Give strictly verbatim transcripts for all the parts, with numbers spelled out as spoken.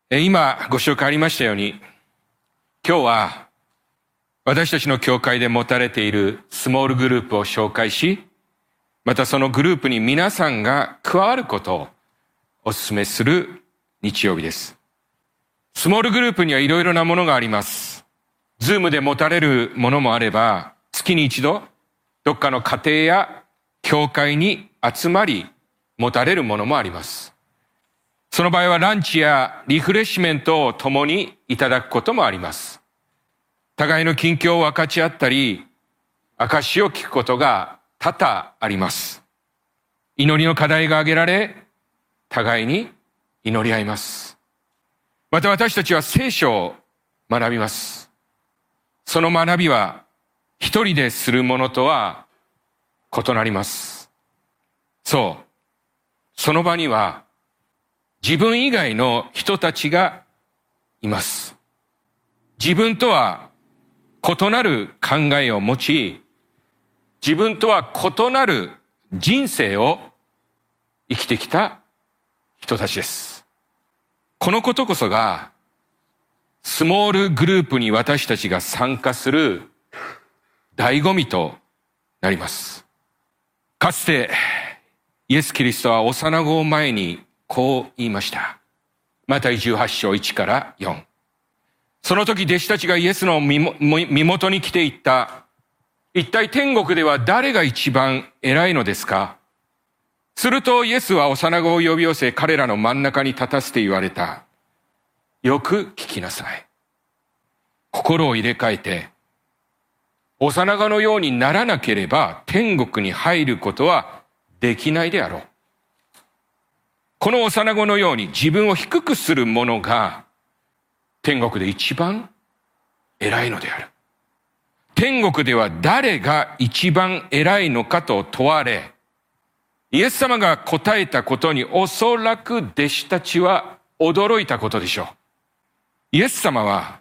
今ご紹介ありましたように、今日は私たちの教会で持たれているスモールグループを紹介し、またそのグループに皆さんが加わることをお勧めする日曜日です。スモールグループにはいろいろなものがあります。ズームで持たれるものもあれば、月に一度どっかの家庭や教会に集まり持たれるものもあります。その場合はランチやリフレッシュメントを共にいただくこともあります。互いの近況を分かち合ったり、証を聞くことが多々あります。祈りの課題が挙げられ、互いに祈り合います。また私たちは聖書を学びます。その学びは一人でするものとは異なります。そう。その場には自分以外の人たちがいます。自分とは異なる考えを持ち、自分とは異なる人生を生きてきた人たちです。このことこそが、スモールグループに私たちが参加する醍醐味となります。かつて、イエス・キリストは幼子を前にこう言いました。マタイじゅうはち章いちからよん。その時弟子たちがイエスの身元に来て言った。一体天国では誰が一番偉いのですか？するとイエスは幼子を呼び寄せ、彼らの真ん中に立たせて言われた。よく聞きなさい。心を入れ替えて、幼子のようにならなければ天国に入ることはできないであろう。この幼子のように自分を低くする者が天国で一番偉いのである。天国では誰が一番偉いのかと問われ、イエス様が答えたことにおそらく弟子たちは驚いたことでしょう。イエス様は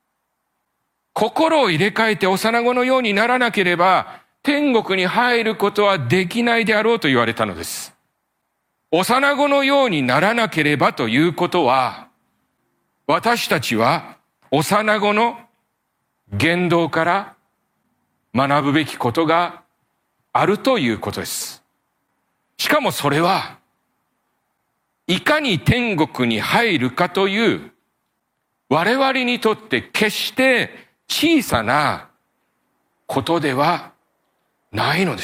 心を入れ替えて幼子のようにならなければ天国に入ることはできないであろうと言われたのです。幼子のようにならなければということは、私たちは幼子の言動から学ぶべきことがあるということです。しかもそれは、いかに天国に入るかという我々にとって決して小さなことではないのです。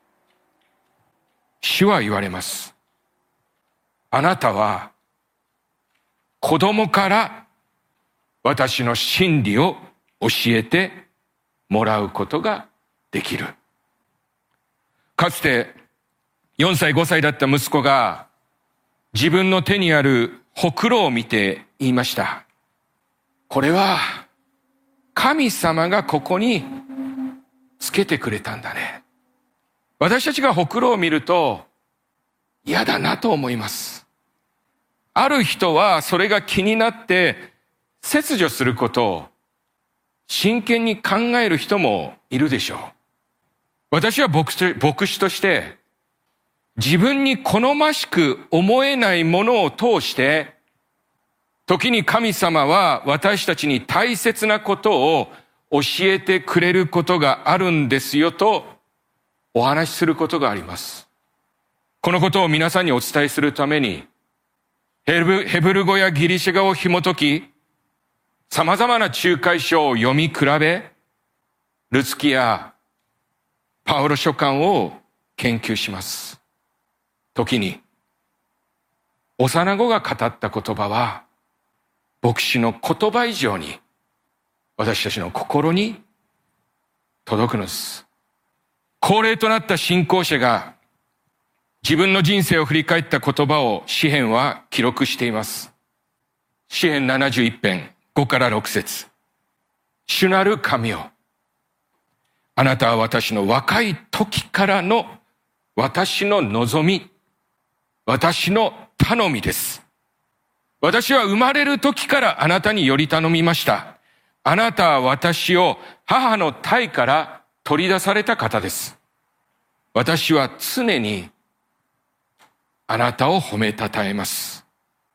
主は言われます。あなたは子供から私の真理を教えてもらうことができる。かつてよんさいごさいだった息子が自分の手にあるほくろを見て言いました。これは神様がここにつけてくれたんだね。私たちがほくろを見ると嫌だなと思います。ある人はそれが気になって切除することを真剣に考える人もいるでしょう。私は牧師、牧師として自分に好ましく思えないものを通して時に神様は私たちに大切なことを教えてくれることがあるんですよとお話しすることがあります。このことを皆さんにお伝えするためにヘブ、ヘブル語やギリシャ語を紐解き、様々な仲介書を読み比べ、ルツキやパウロ書簡を研究します。時に、幼子が語った言葉は、牧師の言葉以上に私たちの心に届くのです。高齢となった信仰者が自分の人生を振り返った言葉を詩編は記録しています。詩編ななじゅういち編ごからろく節。主なる神よ、あなたは私の若い時からの私の望み、私の頼みです。私は生まれる時からあなたにより頼みました。あなたは私を母の胎から取り出された方です。私は常にあなたを褒めたたえます。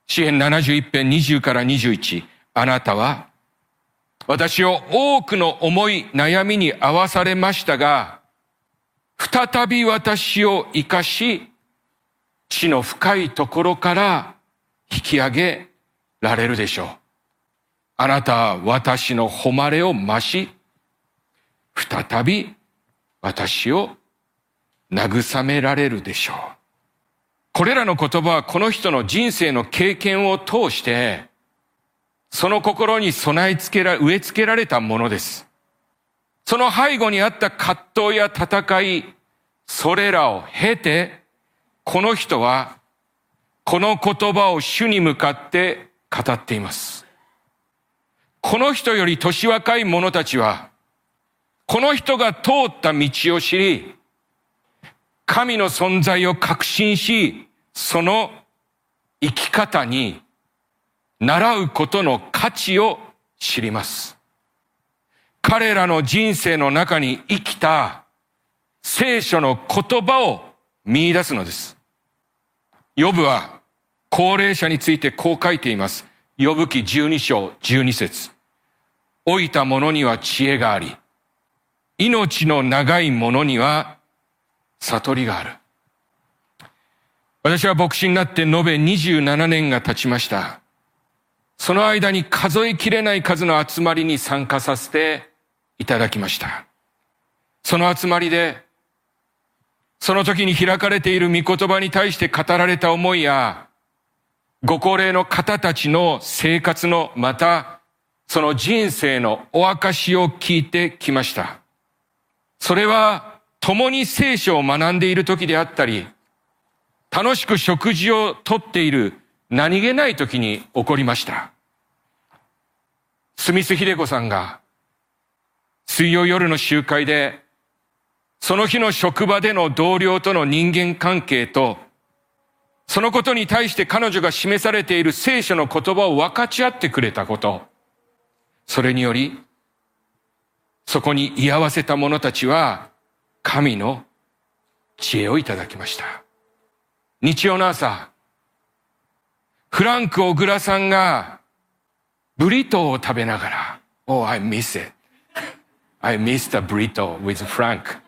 詩編ななじゅういち編にじゅうからにじゅういち、あなたは私を多くの重い悩みに遭わされましたが、再び私を生かし、地の深いところから引き上げられるでしょう。あなたは私の誉れを増し、再び私を慰められるでしょう。これらの言葉はこの人の人生の経験を通して、その心に備え付けら、植え付けられたものです。その背後にあった葛藤や戦い、それらを経て、この人はこの言葉を主に向かって語っています。この人より年若い者たちは、この人が通った道を知り、神の存在を確信し、その生き方に習うことの価値を知ります。彼らの人生の中に生きた聖書の言葉を見出すのです。ヨブは高齢者についてこう書いています。ヨブ記じゅうに章じゅうに節。老いた者には知恵があり、命の長い者には悟りがある。私は牧師になって延べにじゅうななねんが経ちました。その間に数えきれない数の集まりに参加させていただきました。その集まりで、その時に開かれている御言葉に対して語られた思いや、ご高齢の方たちの生活の、また、その人生のお証を聞いてきました。それは、共に聖書を学んでいる時であったり、楽しく食事をとっている何気ない時に起こりました。スミス秀子さんが、水曜夜の集会で、その日の職場での同僚との人間関係と、そのことに対して彼女が示されている聖書の言葉を分かち合ってくれたこと、それにより、そこに居合わせた者たちは、神の知恵をいただきました。日曜の朝、フランク・小倉さんがブリトーを食べながら、Oh, I miss it. I miss the burrito with Frank.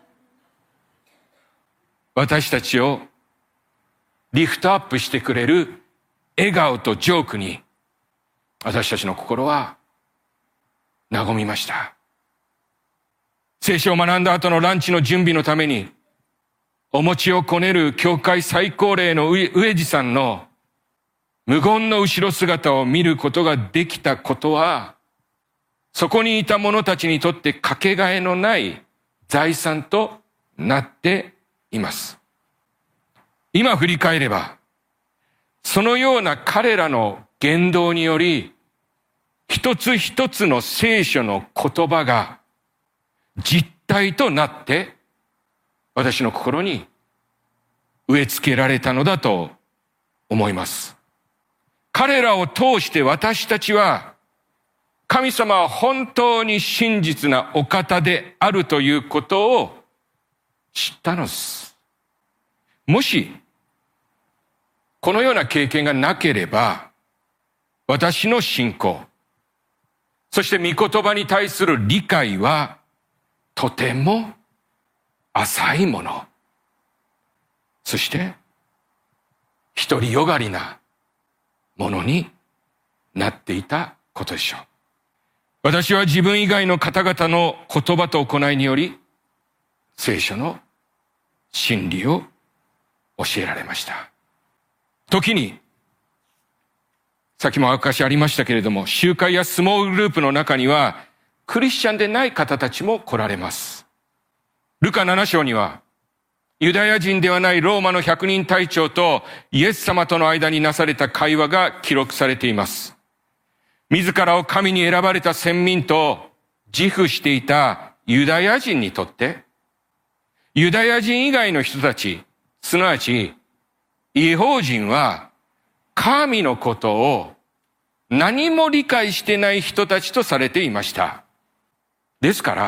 私たちをリフトアップしてくれる笑顔とジョークに、私たちの心は和みました。聖書を学んだ後のランチの準備のために、お餅をこねる教会最高齢の上地さんの無言の後ろ姿を見ることができたことは、そこにいた者たちにとってかけがえのない財産となっています。今振り返れば、そのような彼らの言動により、一つ一つの聖書の言葉が実体となって、私の心に植え付けられたのだと思います。彼らを通して私たちは、神様は本当に真実なお方であるということを知ったのです。もし、このような経験がなければ、私の信仰、そして御言葉に対する理解は、とても浅いもの。そして、独りよがりなものになっていたことでしょう。私は自分以外の方々の言葉と行いにより、聖書の真理を教えられました。時に、さっきも証ありましたけれども、集会やスモールグループの中には、クリスチャンでない方たちも来られます。ルカなな章には、ユダヤ人ではないローマの百人隊長とイエス様との間になされた会話が記録されています。自らを神に選ばれた先民と自負していたユダヤ人にとって、ユダヤ人以外の人たち、すなわち異邦人は神のことを何も理解してない人たちとされていました。ですから、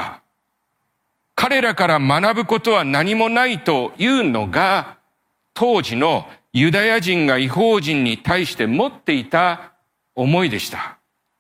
彼らから学ぶことは何もないというのが当時のユダヤ人が異邦人に対して持っていた思いでした。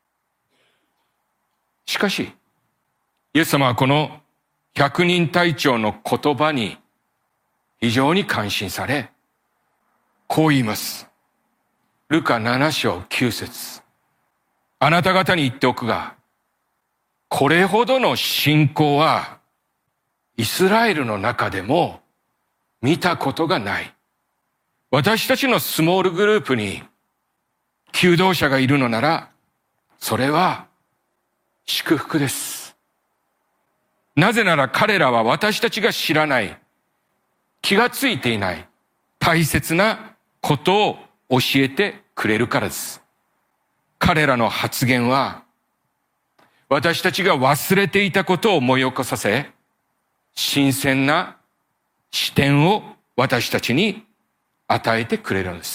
しかし、イエス様はこの百人隊長の言葉に非常に感心され、こう言います。ルカなな章きゅう節。あなた方に言っておくが、これほどの信仰はイスラエルの中でも見たことがない。私たちのスモールグループに求道者がいるのなら、それは祝福です。なぜなら彼らは私たちが知らない、気がついていない大切なことを教えてくれるからです。彼らの発言は私たちが忘れていたことを思い起こさせ、新鮮な視点を私たちに与えてくれるんです。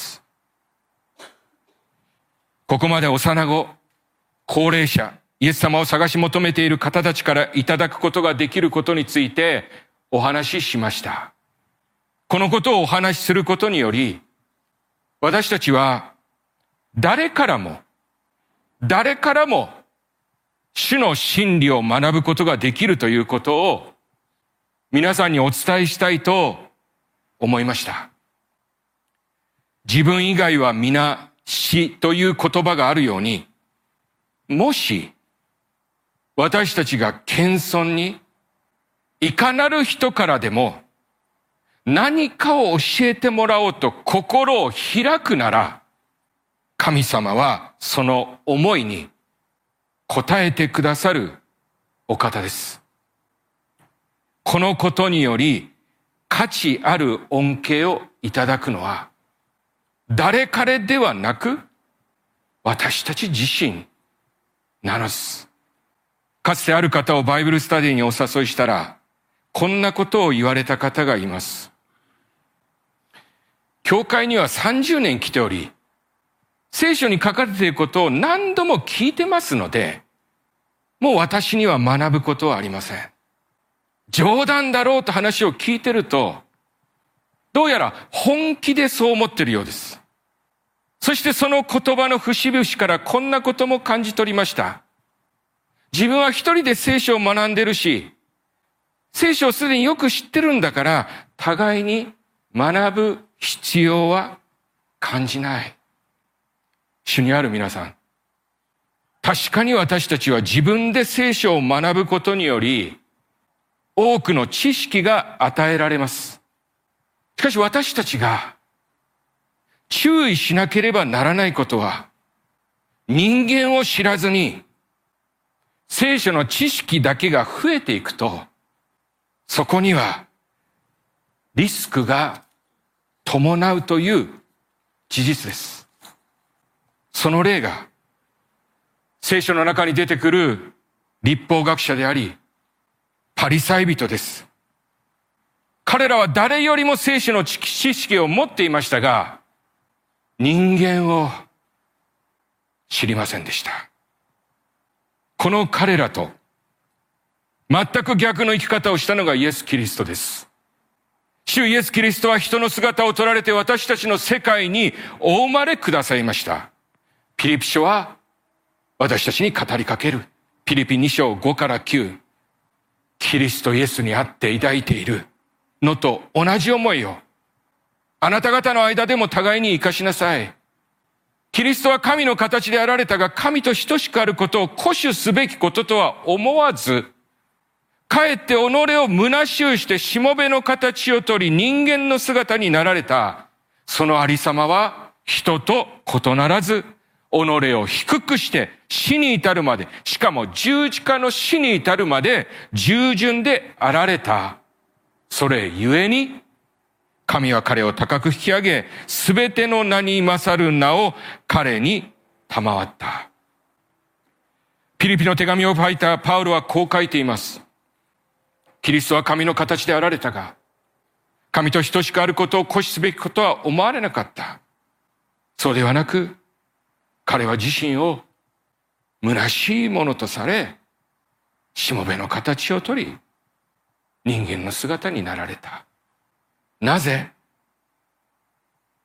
ここまで幼子、高齢者、イエス様を探し求めている方たちからいただくことができることについてお話ししました。このことをお話しすることにより、私たちは誰からも、誰からも主の真理を学ぶことができるということを皆さんにお伝えしたいと思いました。自分以外は皆死という言葉があるように、もし私たちが謙遜にいかなる人からでも何かを教えてもらおうと心を開くなら、神様はその思いに応えてくださるお方です。このことにより価値ある恩恵をいただくのは誰彼ではなく私たち自身なのです。かつてある方をバイブルスタディにお誘いしたら、こんなことを言われた方がいます。教会にはさんじゅうねん来ており、聖書に書かれていることを何度も聞いてますので、もう私には学ぶことはありません。冗談だろうと話を聞いてると、どうやら本気でそう思っているようです。そしてその言葉の節々からこんなことも感じ取りました。自分は一人で聖書を学んでるし、聖書をすでによく知ってるんだから、互いに学ぶ必要は感じない。主にある皆さん、確かに私たちは自分で聖書を学ぶことにより、多くの知識が与えられます。しかし私たちが注意しなければならないことは、人間を知らずに聖書の知識だけが増えていくと、そこにはリスクが伴うという事実です。その例が聖書の中に出てくる律法学者であり、パリサイ人です。彼らは誰よりも聖書の知識を持っていましたが、人間を知りませんでした。この彼らと全く逆の生き方をしたのがイエス・キリストです。主イエス・キリストは人の姿を取られて私たちの世界にお生まれくださいました。ピリピ書は私たちに語りかける。ピリピに章ごからきゅう。キリストイエスにあって抱いているのと同じ思いをあなた方の間でも互いに生かしなさい。キリストは神の形であられたが、神と等しくあることを固守すべきこととは思わず、かえって己を虚しゅうしてしもべの形をとり人間の姿になられた。そのありさまは人と異ならず、己を低くして死に至るまで、しかも十字架の死に至るまで従順であられた。それゆえに、神は彼を高く引き上げ、すべての名に勝る名を彼に賜った。ピリピの手紙を書いたパウロはこう書いています。キリストは神の形であられたが、神と等しくあることを固守すべきことは思われなかった。そうではなく、彼は自身を虚しいものとされ、しもべの形をとり、人間の姿になられた。なぜ？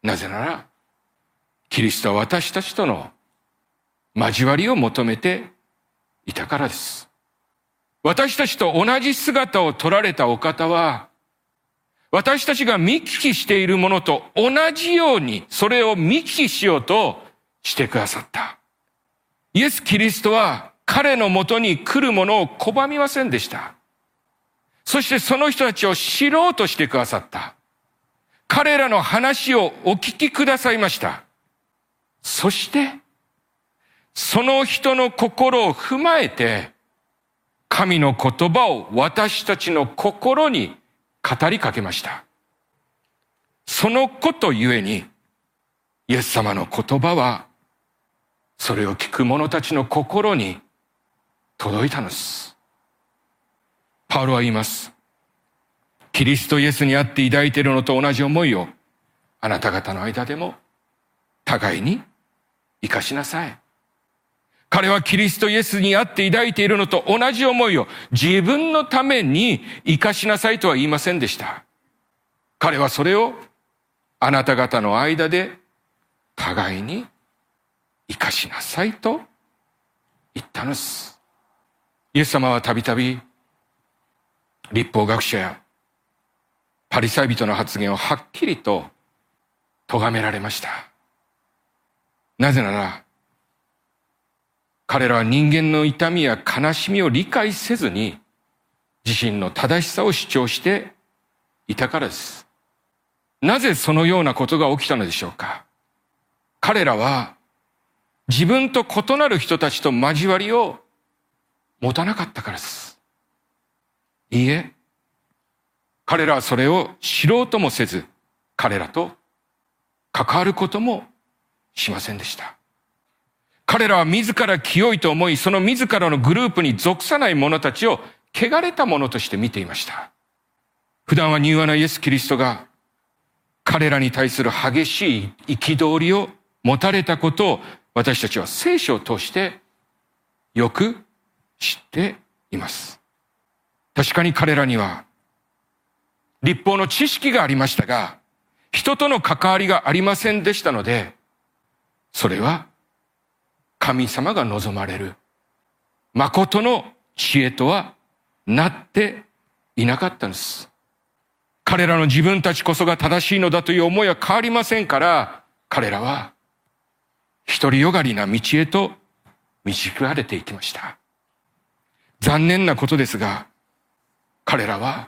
なぜなら、キリストは私たちとの交わりを求めていたからです。私たちと同じ姿を取られたお方は、私たちが見聞きしているものと同じように、それを見聞きしようとしてくださった。イエス・キリストは彼のもとに来るものを拒みませんでした。そしてその人たちを知ろうとしてくださった。彼らの話をお聞きくださいました。そして、その人の心を踏まえて、神の言葉を私たちの心に語りかけました。そのことゆえに、イエス様の言葉は、それを聞く者たちの心に届いたのです。パウロは言います。キリストイエスにあって抱いているのと同じ思いを、あなた方の間でも互いに生かしなさい。彼はキリストイエスにあって抱いているのと同じ思いを自分のために生かしなさいとは言いませんでした。彼はそれをあなた方の間で互いに生かしなさいと言ったのです。イエス様はたびたび律法学者やパリサイ人の発言をはっきりと咎められました。なぜなら、彼らは人間の痛みや悲しみを理解せずに自身の正しさを主張していたからです。なぜそのようなことが起きたのでしょうか。彼らは自分と異なる人たちと交わりを持たなかったからです。いいえ、彼らはそれを知ろうともせず、彼らと関わることもしませんでした。彼らは自ら清いと思い、その自らのグループに属さない者たちを汚れた者として見ていました。普段は柔和なイエス・キリストが彼らに対する激しい憤りを持たれたことを私たちは聖書を通してよく知っています。確かに彼らには律法の知識がありましたが、人との関わりがありませんでしたので、それは神様が望まれる誠の知恵とはなっていなかったんです。彼らの自分たちこそが正しいのだという思いは変わりませんから、彼らは独りよがりな道へと導かれていきました。残念なことですが、彼らは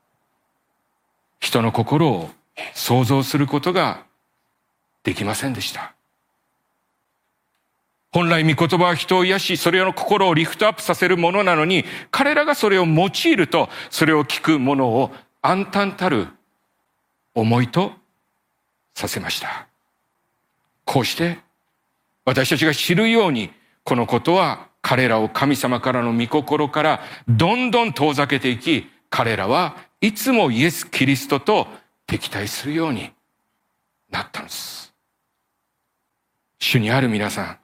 人の心を想像することができませんでした。本来御言葉は人を癒し、それの心をリフトアップさせるものなのに、彼らがそれを用いると、それを聞くものを暗淡たる思いとさせました。こうして私たちが知るように、このことは彼らを神様からの御心からどんどん遠ざけていき、彼らはいつもイエス・キリストと敵対するようになったのです。主にある皆さん、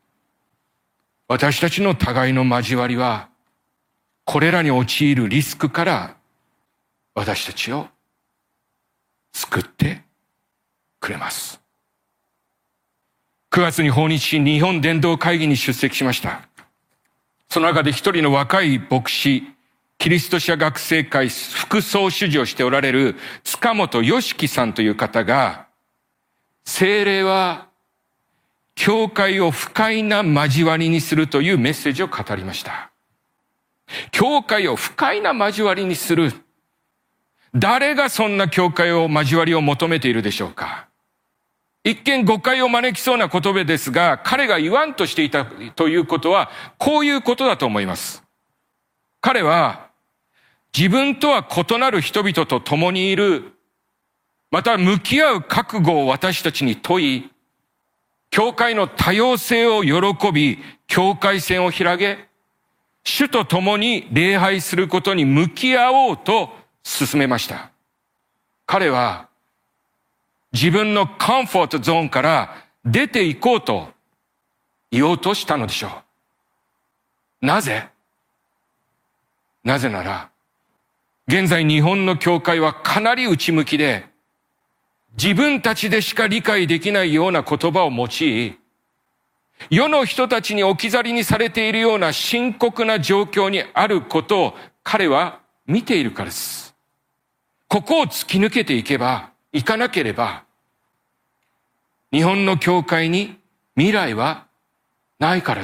私たちの互いの交わりは、これらに陥るリスクから私たちを救ってくれます。くがつに訪日し、日本伝道会議に出席しました。その中で一人の若い牧師、キリスト者学生会副総主事をしておられる塚本良樹さんという方が、聖霊は教会を不快な交わりにするというメッセージを語りました。教会を不快な交わりにする。誰がそんな教会を交わりを求めているでしょうか。一見誤解を招きそうな言葉ですが、彼が言わんとしていたということは、こういうことだと思います。彼は、自分とは異なる人々と共にいる、また向き合う覚悟を私たちに問い、教会の多様性を喜び、境界線を広げ、主と共に礼拝することに向き合おうと進めました。彼は自分のコンフォートゾーンから出て行こうと言おうとしたのでしょう。なぜ？なぜなら、現在日本の教会はかなり内向きで、 自分たちでしか理解できないような言葉を用い、世の人たちに置き去りにされているような深刻な状況にあることを彼は見ているからです。ここを突き抜けていけば、いかなければ、日本の教会に未来はないからです。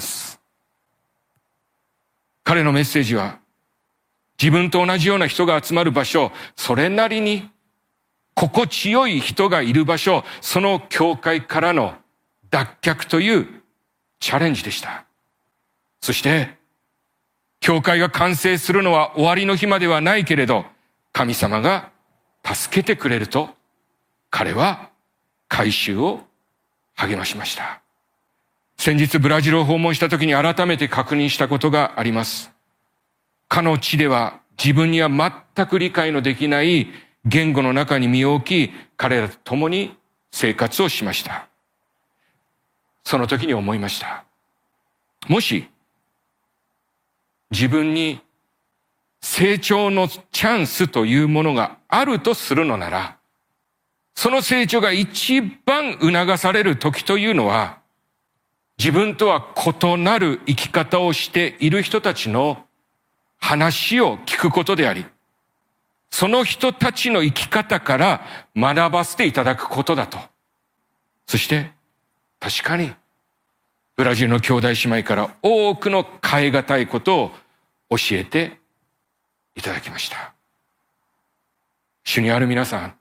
彼のメッセージは、自分と同じような人が集まる場所、それなりに心地よい人がいる場所、その教会からの脱却というチャレンジでした。そして、教会が完成するのは終わりの日まではないけれど、神様が助けてくれると、彼は改宗を励ましました。先日ブラジルを訪問した時に改めて確認したことがあります。かの地では自分には全く理解のできない言語の中に身を置き、彼らと共に生活をしました。その時に思いました。もし、自分に成長のチャンスというものがあるとするのなら、その成長が一番促される時というのは、自分とは異なる生き方をしている人たちの話を聞くことであり、その人たちの生き方から学ばせていただくことだと。そして、確かに、ブラジルの兄弟姉妹から多くの変え難いことを教えていただきました。主にある皆さん、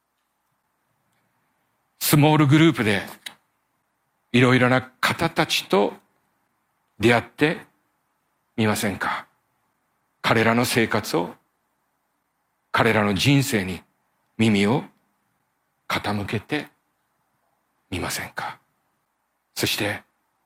スモールグループでいろいろな方たちと出会ってみませんか？彼らの生活を、彼らの人生に耳を傾けてみませんか？そして、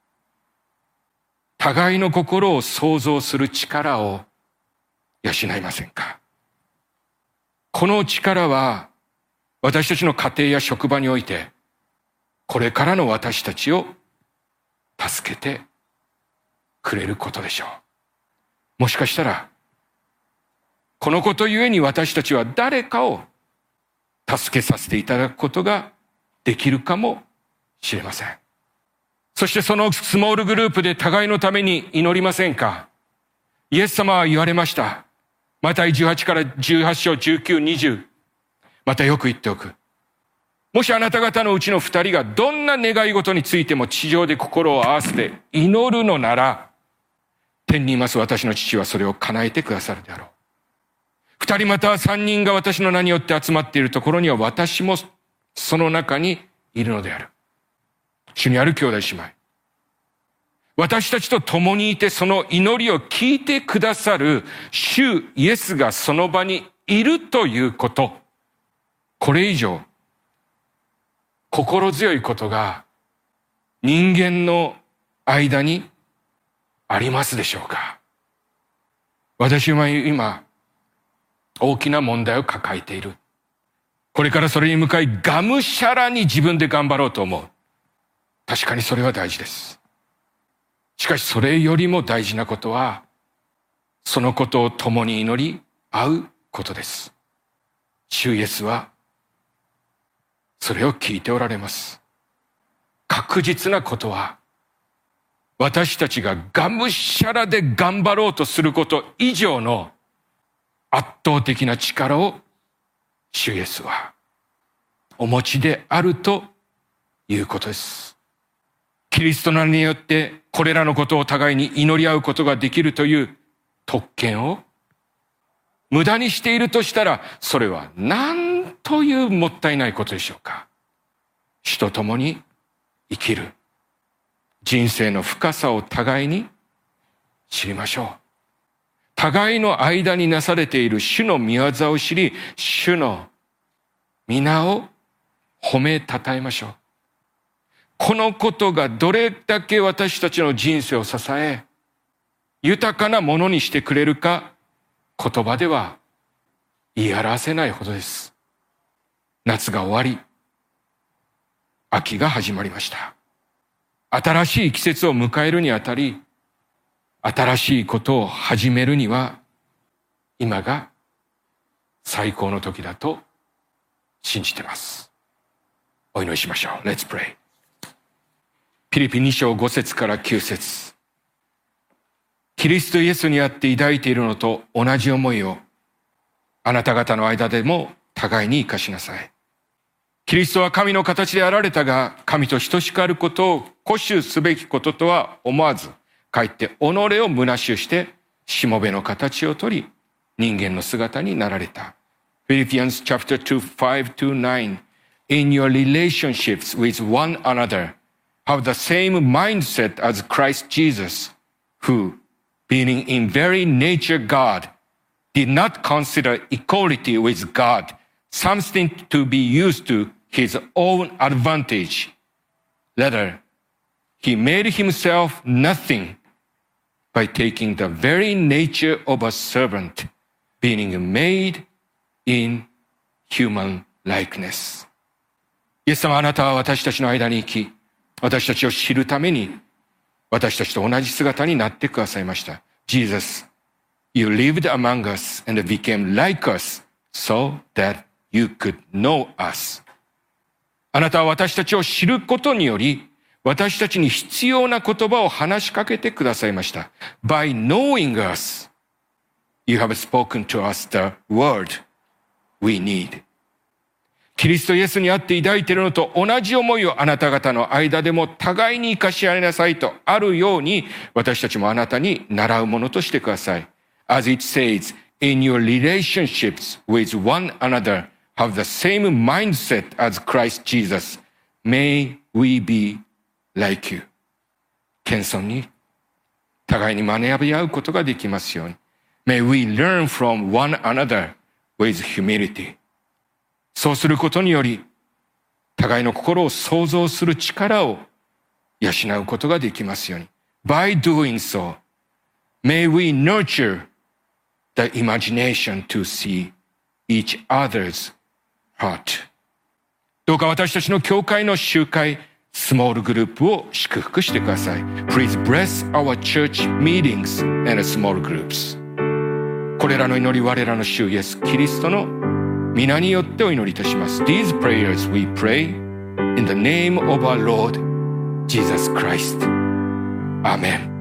互いの心を創造する力を養いませんか？この力は私たちの家庭や職場においてこれからの私たちを助けてくれることでしょう。もしかしたらこのことゆえに私たちは誰かを助けさせていただくことができるかもしれません。そしてそのスモールグループで互いのために祈りませんか？イエス様は言われました。マタイじゅうはちからじゅうはち章じゅうきゅう、にじゅう。またよく言っておく。もしあなた方のうちの二人がどんな願い事についても地上で心を合わせて祈るのなら、天にいます私の父はそれを叶えてくださるであろう。二人または三人が私の名によって集まっているところには私もその中にいるのである。主にある兄弟姉妹。私たちと共にいてその祈りを聞いてくださる主イエスがその場にいるということ。これ以上心強いことが人間の間にありますでしょうか？私は今大きな問題を抱えている。これからそれに向かいがむしゃらに自分で頑張ろうと思う。確かにそれは大事です。しかしそれよりも大事なことは、そのことを共に祈り合うことです。主イエスはそれを聞いておられます。確実なことは、私たちががむしゃらで頑張ろうとすること以上の圧倒的な力を主イエスはお持ちであるということです。キリストの名によってこれらのことを互いに祈り合うことができるという特権を無駄にしているとしたら、それは何というもったいないことでしょうか。主と共に生きる人生の深さを互いに知りましょう。互いの間になされている主の御業を知り、主の皆を褒めたたえましょう。このことがどれだけ私たちの人生を支え、豊かなものにしてくれるか、言葉では言い表せないほどです。夏が終わり、秋が始まりました。新しい季節を迎えるにあたり、新しいことを始めるには、今が最高の時だと信じています。 お祈りしましょう。Let's pray。ピリピに章ご節からきゅう節。キリストイエスにあって抱いているのと同じ思いをあなた方の間でも互いに生かしなさい。キリストは神の形であられたが、神と等しくあることを固守すべきこととは思わず、かえって己を虚しゅしてしもべの形をとり、人間の姿になられた。Philippians chapter two, five to nine. In your relationships with one another, have the same mindset as Christ Jesus, who, being in very nature God, did not consider equality with God something to be used to his own advantage. Rather, he made himself nothing by taking the very nature of a servant, being made in human likeness. イエス様、あなたは私たちの間に生き、私たちを知るために、私たちと同じ姿になってくださいました。Jesus, you lived among us and became like us so that you could know us. あなたは私たちを知ることにより、私たちに必要な言葉を話しかけてくださいました。By knowing us, you have spoken to us the word we need. キリストイエスにあって抱いているのと同じ思いをあなた方の間でも互いに生かし合いなさいとあるように、私たちもあなたに習うものとしてください。As it says, in your relationships with one another, have the same mindset as Christ Jesus. May we be like you. 謙遜に互いに学び合うことができますように。May we learn from one another with humility. そうすることにより、互いの心を創造する力を養うことができますように。By doing so, may we nurture the imagination to see each other's heart. どうか私たちの教会の集会、スモールグループを祝福してください。Please bless our church meetings and small groups. これらの祈り、我らの主イエス・キリストの皆によってお祈りいたします。These prayers we pray in the name of our Lord Jesus Christ. Amen.